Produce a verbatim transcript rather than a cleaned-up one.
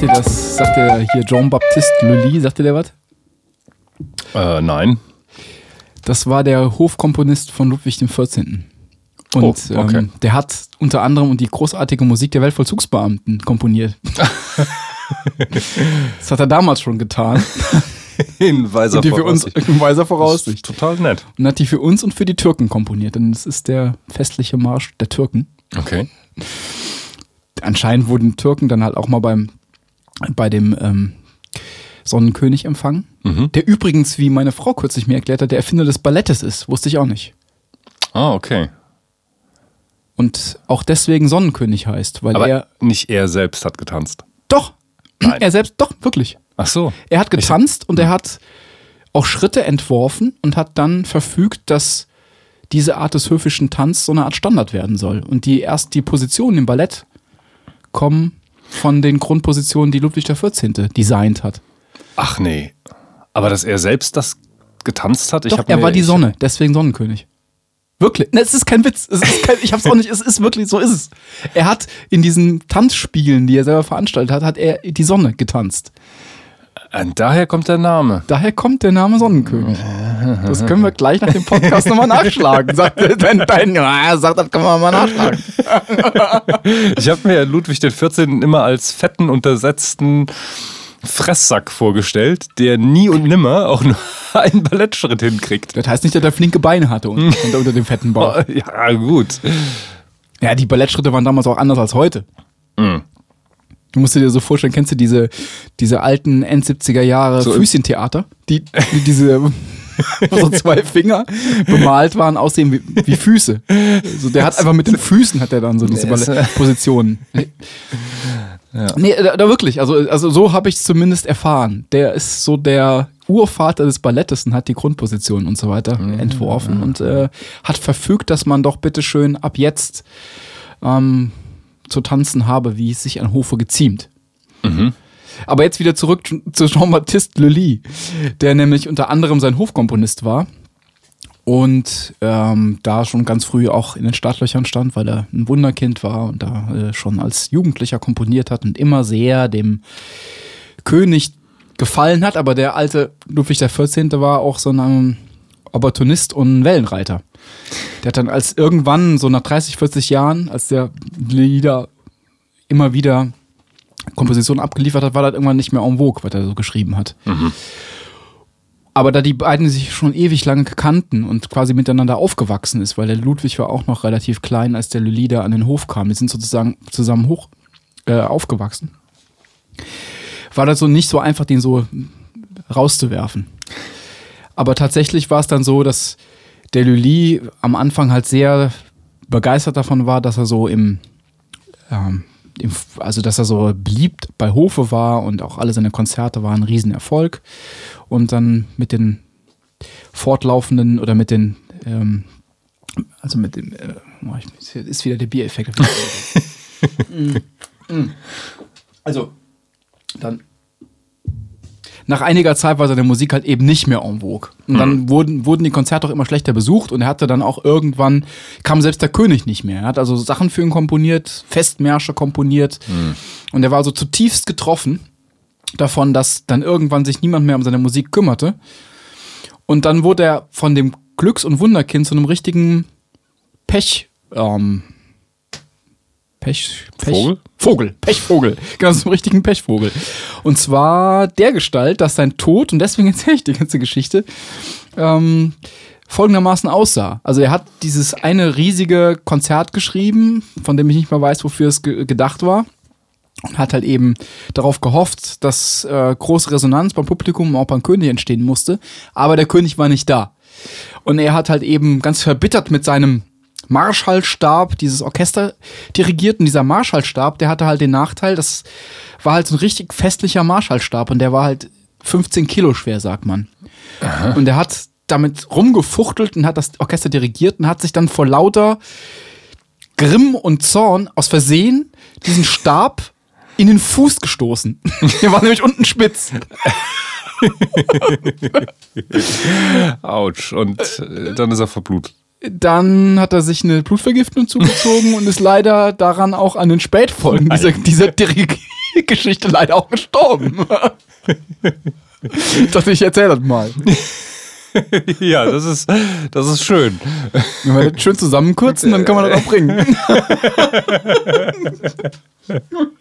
Sagt dir das, sagt dir hier Jean-Baptiste Lully, sagt dir der was? Äh, nein. Das war der Hofkomponist von Ludwig dem vierzehnten. Und oh, okay. ähm, der hat unter anderem die großartige Musik der Weltvollzugsbeamten komponiert. Das hat er damals schon getan. In weiser und die für uns in weiser Voraussicht. Total nett. Und hat die für uns und für die Türken komponiert. Denn es ist der festliche Marsch der Türken. Okay. Anscheinend wurden Türken dann halt auch mal beim bei dem ähm, Sonnenkönig empfangen. Mhm. Der übrigens, wie meine Frau kürzlich mir erklärt hat, der Erfinder des Ballettes ist. Wusste ich auch nicht. Ah, okay. Und auch deswegen Sonnenkönig heißt, weil Aber er... nicht er selbst hat getanzt. Doch. Nein. Er selbst, doch, wirklich. Ach so. Er hat getanzt ich, und er hat auch Schritte entworfen und hat dann verfügt, dass diese Art des höfischen Tanz so eine Art Standard werden soll. Und die erst die Positionen im Ballett kommen von den Grundpositionen, die Ludwig der vierzehnte designt hat. Ach nee. Aber dass er selbst das getanzt hat? Ich Doch, hab er mir, war die ich, Sonne, deswegen Sonnenkönig. Wirklich. Ne, es ist kein Witz. Es ist kein, ich hab's auch nicht. Es ist wirklich, so ist es. Er hat in diesen Tanzspielen, die er selber veranstaltet hat, hat er die Sonne getanzt. Und daher kommt der Name. Daher kommt der Name Sonnenkönig. Das können wir gleich nach dem Podcast nochmal nachschlagen. Sagt dein, dein, ja, sagt, das können wir mal nachschlagen. Ich habe mir Ludwig der vierzehnte immer als fetten, untersetzten Fresssack vorgestellt, der nie und nimmer auch nur einen Ballettschritt hinkriegt. Das heißt nicht, dass er flinke Beine hatte unter, unter dem fetten Bauch. Ja, gut. Ja, die Ballettschritte waren damals auch anders als heute. Mhm. Du musst dir so vorstellen, kennst du diese, diese alten End-siebziger Jahre so Füßchentheater? Die, die diese wo so zwei Finger bemalt waren, aussehen wie, wie Füße. Also der hat einfach mit den Füßen hat er dann so diese Positionen. Ja. Nee, da, da wirklich, also, also so habe ich es zumindest erfahren. Der ist so der Urvater des Ballettes und hat die Grundpositionen und so weiter mhm, entworfen ja. und äh, hat verfügt, dass man doch bitteschön ab jetzt ähm, zu tanzen habe, wie es sich an Hofe geziemt. Mhm. Aber jetzt wieder zurück zu Jean-Baptiste Lully, der nämlich unter anderem sein Hofkomponist war und ähm, da schon ganz früh auch in den Startlöchern stand, weil er ein Wunderkind war und da äh, schon als Jugendlicher komponiert hat und immer sehr dem König gefallen hat. Aber der alte Ludwig der vierzehnte war auch so ein Opportunist und ein Wellenreiter. Der hat dann als irgendwann, so nach dreißig, vierzig Jahren, als der Lieder immer wieder Kompositionen abgeliefert hat, war das irgendwann nicht mehr en vogue, was er so geschrieben hat. Mhm. Aber da die beiden sich schon ewig lange kannten und quasi miteinander aufgewachsen ist, weil der Ludwig war auch noch relativ klein, als der Lully da an den Hof kam. Die sind sozusagen zusammen hoch äh, aufgewachsen. War das so nicht so einfach, den so rauszuwerfen. Aber tatsächlich war es dann so, dass der Lully am Anfang halt sehr begeistert davon war, dass er so im, ähm, im also dass er so beliebt bei Hofe war und auch alle seine Konzerte waren ein Riesenerfolg. Und dann mit den fortlaufenden oder mit den, ähm, also mit dem, äh, oh, ich, ist wieder der Biereffekt. mm, mm. Also, dann nach einiger Zeit war seine Musik halt eben nicht mehr en vogue. Und dann mhm. wurden, wurden die Konzerte auch immer schlechter besucht und er hatte dann auch irgendwann, kam selbst der König nicht mehr. Er hat also Sachen für ihn komponiert, Festmärsche komponiert mhm. und er war so zutiefst getroffen davon, dass dann irgendwann sich niemand mehr um seine Musik kümmerte. Und dann wurde er von dem Glücks- und Wunderkind zu einem richtigen Pech, ähm, Pech, Pech, Vogel? Vogel, Pechvogel. Genau, so einen richtigen Pechvogel. Und zwar der Gestalt, dass sein Tod, und deswegen erzähle ich die ganze Geschichte, ähm, folgendermaßen aussah. Also er hat dieses eine riesige Konzert geschrieben, von dem ich nicht mehr weiß, wofür es ge- gedacht war. Und hat halt eben darauf gehofft, dass äh, große Resonanz beim Publikum und auch beim König entstehen musste. Aber der König war nicht da. Und er hat halt eben ganz verbittert mit seinem Marschallstab dieses Orchester dirigiert. Und dieser Marschallstab, der hatte halt den Nachteil, das war halt so ein richtig festlicher Marschallstab. Und der war halt fünfzehn Kilo schwer, sagt man. Aha. Und er hat damit rumgefuchtelt und hat das Orchester dirigiert und hat sich dann vor lauter Grimm und Zorn aus Versehen diesen Stab in den Fuß gestoßen. Der war nämlich unten spitz. Autsch. Und äh, dann ist er verblutet. Dann hat er sich eine Blutvergiftung zugezogen und ist leider daran auch an den Spätfolgen dieser, dieser, Dirig- die Geschichte leider auch gestorben. Ich dachte, ich erzähle das mal. Ja, das ist, das ist schön. Wenn wir das schön zusammenkürzen, dann kann man das auch bringen.